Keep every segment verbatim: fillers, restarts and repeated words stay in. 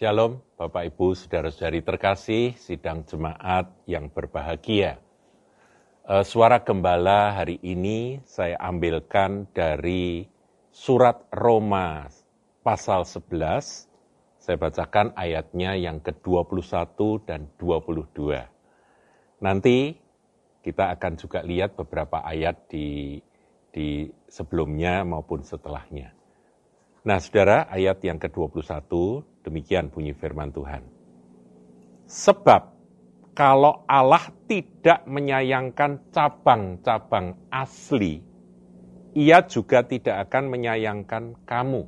Shalom Bapak Ibu Saudara-saudari terkasih, sidang jemaat yang berbahagia. Suara Gembala hari ini saya ambilkan dari surat Roma pasal sebelas. Saya bacakan ayatnya yang ke dua puluh satu dan dua puluh dua. Nanti kita akan juga lihat beberapa ayat di, di sebelumnya maupun setelahnya. Nah, saudara, ayat yang ke dua puluh satu, demikian bunyi firman Tuhan. Sebab kalau Allah tidak menyayangkan cabang-cabang asli, Ia juga tidak akan menyayangkan kamu.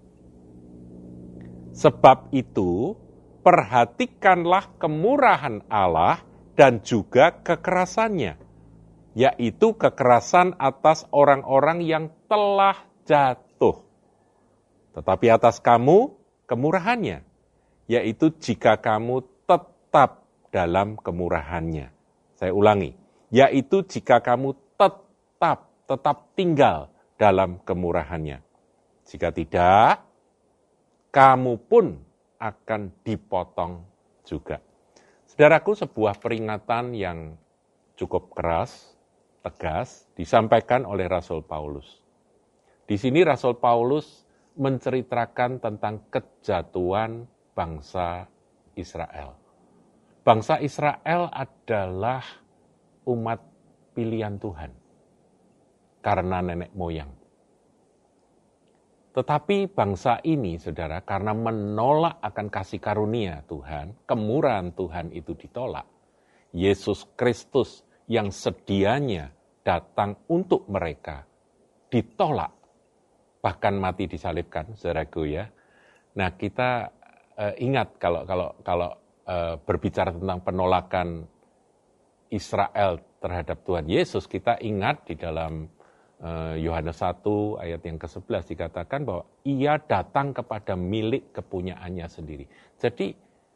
Sebab itu, perhatikanlah kemurahan Allah dan juga kekerasannya, yaitu kekerasan atas orang-orang yang telah jatuh. Tetapi atas kamu, kemurahannya, yaitu jika kamu tetap dalam kemurahannya. Saya ulangi, yaitu jika kamu tetap, tetap tinggal dalam kemurahannya. Jika tidak, kamu pun akan dipotong juga. Saudaraku, sebuah peringatan yang cukup keras, tegas, disampaikan oleh Rasul Paulus. Di sini Rasul Paulus menceritakan tentang kejatuhan bangsa Israel. Bangsa Israel adalah umat pilihan Tuhan karena nenek moyang. Tetapi bangsa ini, saudara, karena menolak akan kasih karunia Tuhan, kemurahan Tuhan itu ditolak. Yesus Kristus yang sedianya datang untuk mereka ditolak. Bahkan mati disalibkan, saudaraku ya. Nah, kita uh, ingat kalau kalau kalau uh, berbicara tentang penolakan Israel terhadap Tuhan Yesus, kita ingat di dalam uh, Yohanes satu ayat yang ke sebelas dikatakan bahwa Ia datang kepada milik kepunyaannya sendiri. Jadi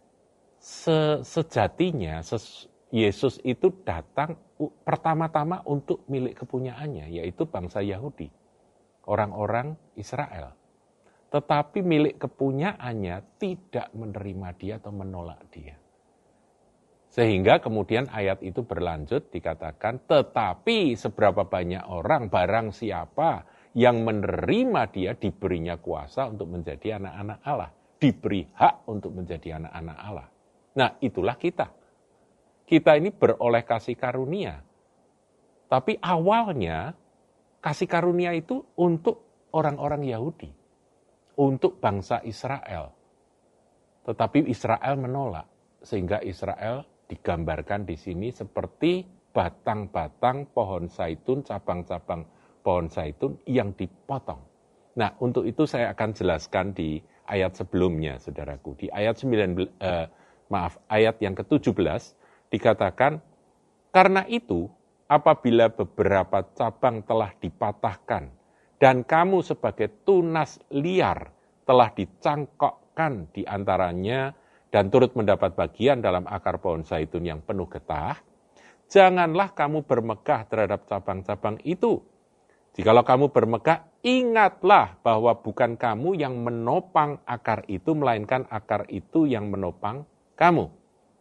se- sejatinya ses- Yesus itu datang uh, pertama-tama untuk milik kepunyaannya, yaitu bangsa Yahudi. Orang-orang Israel. Tetapi milik kepunyaannya tidak menerima dia atau menolak dia. Sehingga kemudian ayat itu berlanjut dikatakan, tetapi seberapa banyak orang, barang siapa yang menerima dia, diberinya kuasa untuk menjadi anak-anak Allah. Diberi hak untuk menjadi anak-anak Allah. Nah, itulah kita. Kita ini beroleh kasih karunia. Tapi awalnya, kasih karunia itu untuk orang-orang Yahudi, untuk bangsa Israel. Tetapi Israel menolak, sehingga Israel digambarkan di sini seperti batang-batang pohon zaitun, cabang-cabang pohon zaitun yang dipotong. Nah, untuk itu saya akan jelaskan di ayat sebelumnya, saudaraku. Di ayat sembilan belas, eh, maaf, ayat yang ke tujuh belas dikatakan, karena itu, apabila beberapa cabang telah dipatahkan dan kamu sebagai tunas liar telah dicangkokkan di antaranya dan turut mendapat bagian dalam akar pohon zaitun yang penuh getah, janganlah kamu bermegah terhadap cabang-cabang itu. Jikalau kamu bermegah, ingatlah bahwa bukan kamu yang menopang akar itu, melainkan akar itu yang menopang kamu.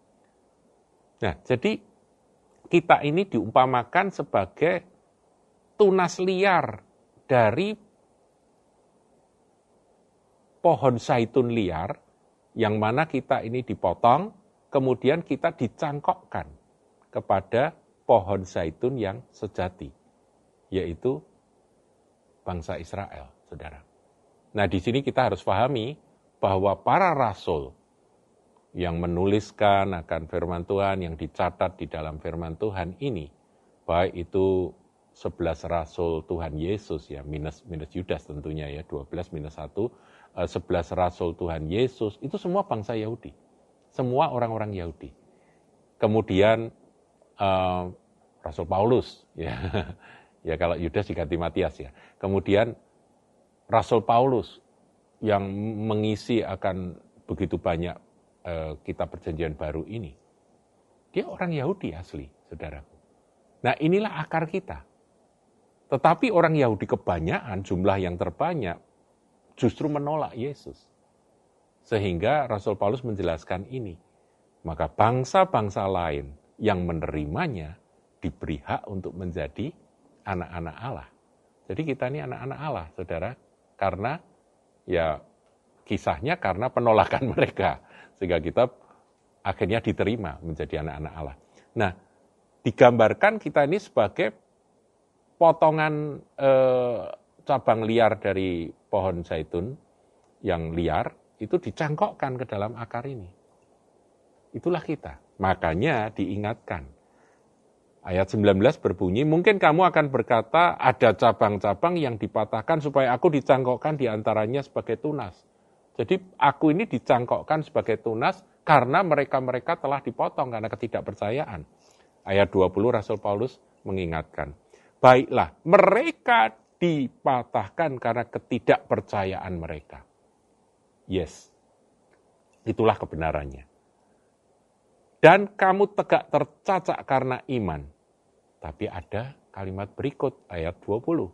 Nah, jadi kita ini diumpamakan sebagai tunas liar dari pohon zaitun liar, yang mana kita ini dipotong, kemudian kita dicangkokkan kepada pohon zaitun yang sejati, yaitu bangsa Israel, saudara. Nah, di sini kita harus pahami bahwa para rasul yang menuliskan akan firman Tuhan, yang dicatat di dalam firman Tuhan ini, baik itu sebelas rasul Tuhan Yesus, ya minus minus Yudas tentunya ya, dua belas minus satu, sebelas rasul Tuhan Yesus, itu semua bangsa Yahudi. Semua orang-orang Yahudi. Kemudian uh, Rasul Paulus, ya, ya kalau Yudas diganti Matias ya. Kemudian Rasul Paulus yang mengisi akan begitu banyak kitab perjanjian baru ini, dia orang Yahudi asli, saudaraku. Nah, inilah akar kita. Tetapi orang Yahudi kebanyakan, jumlah yang terbanyak, justru menolak Yesus. Sehingga Rasul Paulus menjelaskan ini. Maka bangsa-bangsa lain yang menerimanya diberi hak untuk menjadi anak-anak Allah. Jadi kita ini anak-anak Allah, saudara. Karena ya kisahnya karena penolakan mereka. Sehingga kita akhirnya diterima menjadi anak-anak Allah. Nah, digambarkan kita ini sebagai potongan eh, cabang liar dari pohon zaitun yang liar, itu dicangkokkan ke dalam akar ini. Itulah kita. Makanya diingatkan. Ayat sembilan belas berbunyi, mungkin kamu akan berkata, ada cabang-cabang yang dipatahkan supaya aku dicangkokkan di antaranya sebagai tunas. Jadi aku ini dicangkokkan sebagai tunas karena mereka-mereka telah dipotong karena ketidakpercayaan. Ayat dua puluh Rasul Paulus mengingatkan, baiklah mereka dipatahkan karena ketidakpercayaan mereka. Yes, itulah kebenarannya. Dan kamu tegak tercacak karena iman. Tapi ada kalimat berikut, ayat dua puluh.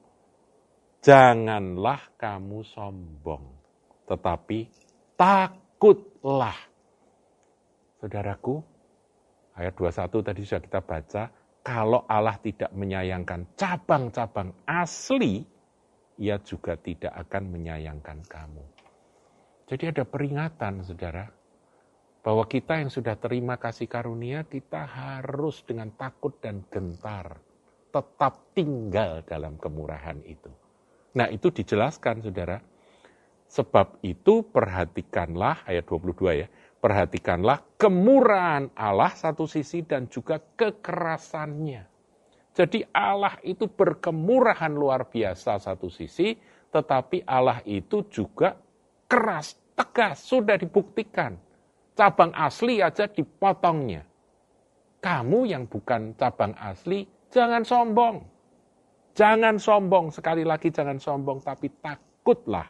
Janganlah kamu sombong, tetapi takutlah. Saudaraku, ayat dua puluh satu tadi sudah kita baca, kalau Allah tidak menyayangkan cabang-cabang asli, Ia juga tidak akan menyayangkan kamu. Jadi ada peringatan, saudara, bahwa kita yang sudah terima kasih karunia, kita harus dengan takut dan gentar tetap tinggal dalam kemurahan itu. Nah, itu dijelaskan, saudara. Sebab itu perhatikanlah, ayat dua puluh dua ya, perhatikanlah kemurahan Allah satu sisi dan juga kekerasannya. Jadi Allah itu berkemurahan luar biasa satu sisi, tetapi Allah itu juga keras, tegas, sudah dibuktikan. Cabang asli aja dipotongnya. Kamu yang bukan cabang asli, jangan sombong. Jangan sombong, sekali lagi jangan sombong, tapi takutlah.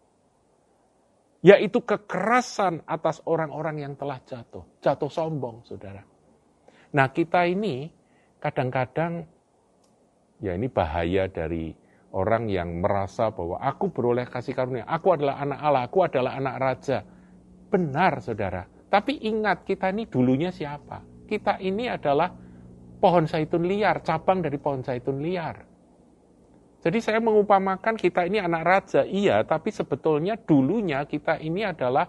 Yaitu kekerasan atas orang-orang yang telah jatuh. Jatuh sombong, saudara. Nah, kita ini kadang-kadang, ya ini bahaya dari orang yang merasa bahwa aku beroleh kasih karunia, aku adalah anak Allah, aku adalah anak raja. Benar, saudara. Tapi ingat, kita ini dulunya siapa? Kita ini adalah pohon zaitun liar, cabang dari pohon zaitun liar. Jadi saya mengumpamakan kita ini anak raja, iya, tapi sebetulnya dulunya kita ini adalah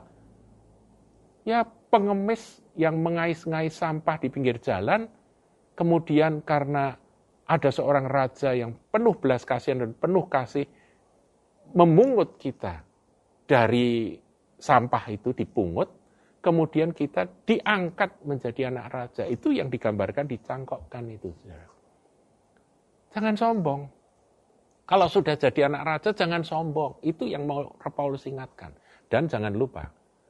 ya pengemis yang mengais-ngais sampah di pinggir jalan, kemudian karena ada seorang raja yang penuh belas kasihan dan penuh kasih, memungut kita dari sampah itu dipungut, kemudian kita diangkat menjadi anak raja. Itu yang digambarkan dicangkokkan itu. Jangan sombong. Kalau sudah jadi anak raja, jangan sombong. Itu yang mau Paulus ingatkan. Dan jangan lupa,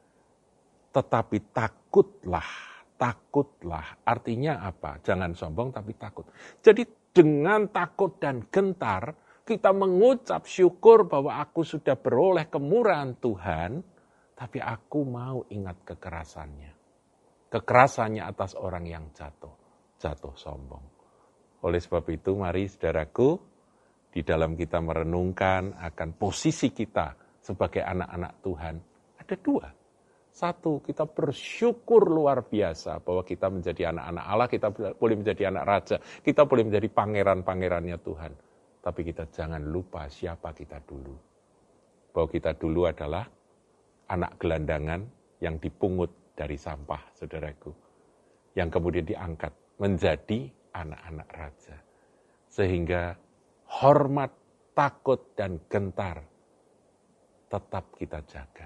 tetapi takutlah, takutlah. Artinya apa? Jangan sombong tapi takut. Jadi dengan takut dan gentar, kita mengucap syukur bahwa aku sudah beroleh kemurahan Tuhan, tapi aku mau ingat kekerasannya. Kekerasannya atas orang yang jatuh, jatuh sombong. Oleh sebab itu, mari saudaraku, di dalam kita merenungkan akan posisi kita sebagai anak-anak Tuhan, ada dua. Satu, kita bersyukur luar biasa bahwa kita menjadi anak-anak Allah, kita boleh menjadi anak raja, kita boleh menjadi pangeran-pangerannya Tuhan. Tapi kita jangan lupa siapa kita dulu. Bahwa kita dulu adalah anak gelandangan yang dipungut dari sampah, saudaraku. Yang kemudian diangkat menjadi anak-anak raja. Sehingga hormat, takut, dan gentar tetap kita jaga.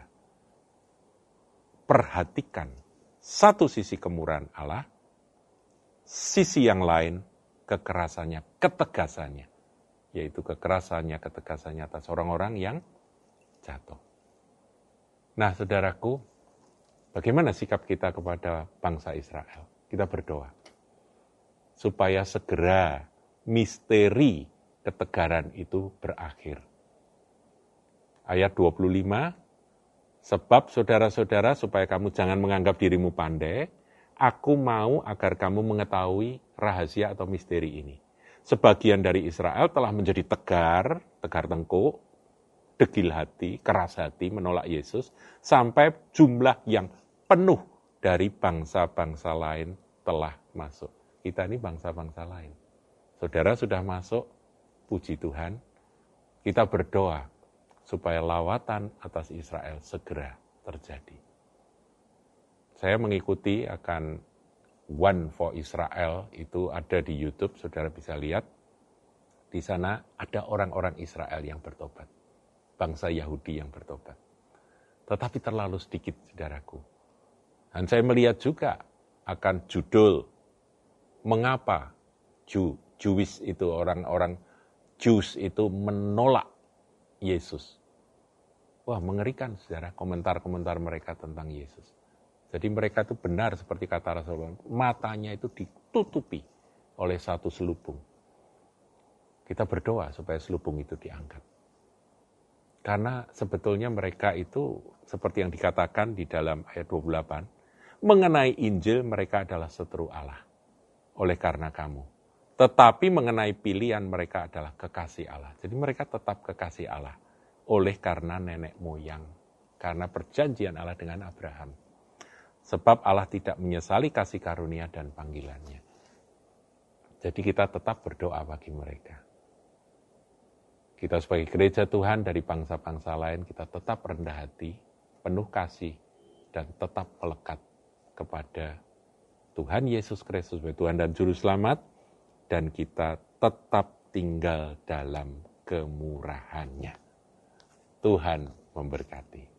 Perhatikan satu sisi kemurahan Allah, sisi yang lain kekerasannya, ketegasannya. Yaitu kekerasannya, ketegasannya atas orang-orang yang jatuh. Nah, saudaraku, bagaimana sikap kita kepada bangsa Israel? Kita berdoa supaya segera misteri ketegaran itu berakhir. Ayat dua puluh lima, sebab saudara-saudara supaya kamu jangan menganggap dirimu pandai, aku mau agar kamu mengetahui rahasia atau misteri ini. Sebagian dari Israel telah menjadi tegar, tegar tengkuk, degil hati, keras hati, menolak Yesus, sampai jumlah yang penuh dari bangsa-bangsa lain telah masuk. Kita ini bangsa-bangsa lain. Saudara sudah masuk, puji Tuhan, kita berdoa supaya lawatan atas Israel segera terjadi. Saya mengikuti akan One for Israel, itu ada di YouTube, saudara bisa lihat. Di sana ada orang-orang Israel yang bertobat, bangsa Yahudi yang bertobat. Tetapi terlalu sedikit, saudaraku. Dan saya melihat juga akan judul, mengapa Jew, Jewish itu, orang-orang Jews itu menolak Yesus. Wah, mengerikan, saudara, komentar-komentar mereka tentang Yesus. Jadi mereka itu benar seperti kata Rasulullah, matanya itu ditutupi oleh satu selubung. Kita berdoa supaya selubung itu diangkat. Karena sebetulnya mereka itu seperti yang dikatakan di dalam ayat dua puluh delapan, mengenai Injil mereka adalah seteru Allah oleh karena kamu. Tetapi mengenai pilihan mereka adalah kekasih Allah. Jadi mereka tetap kekasih Allah oleh karena nenek moyang, karena perjanjian Allah dengan Abraham. Sebab Allah tidak menyesali kasih karunia dan panggilannya. Jadi kita tetap berdoa bagi mereka. Kita sebagai gereja Tuhan dari bangsa-bangsa lain, kita tetap rendah hati, penuh kasih, dan tetap melekat kepada Tuhan Yesus Kristus sebagai Tuhan dan Juru Selamat, dan kita tetap tinggal dalam kemurahan-Nya. Tuhan memberkati.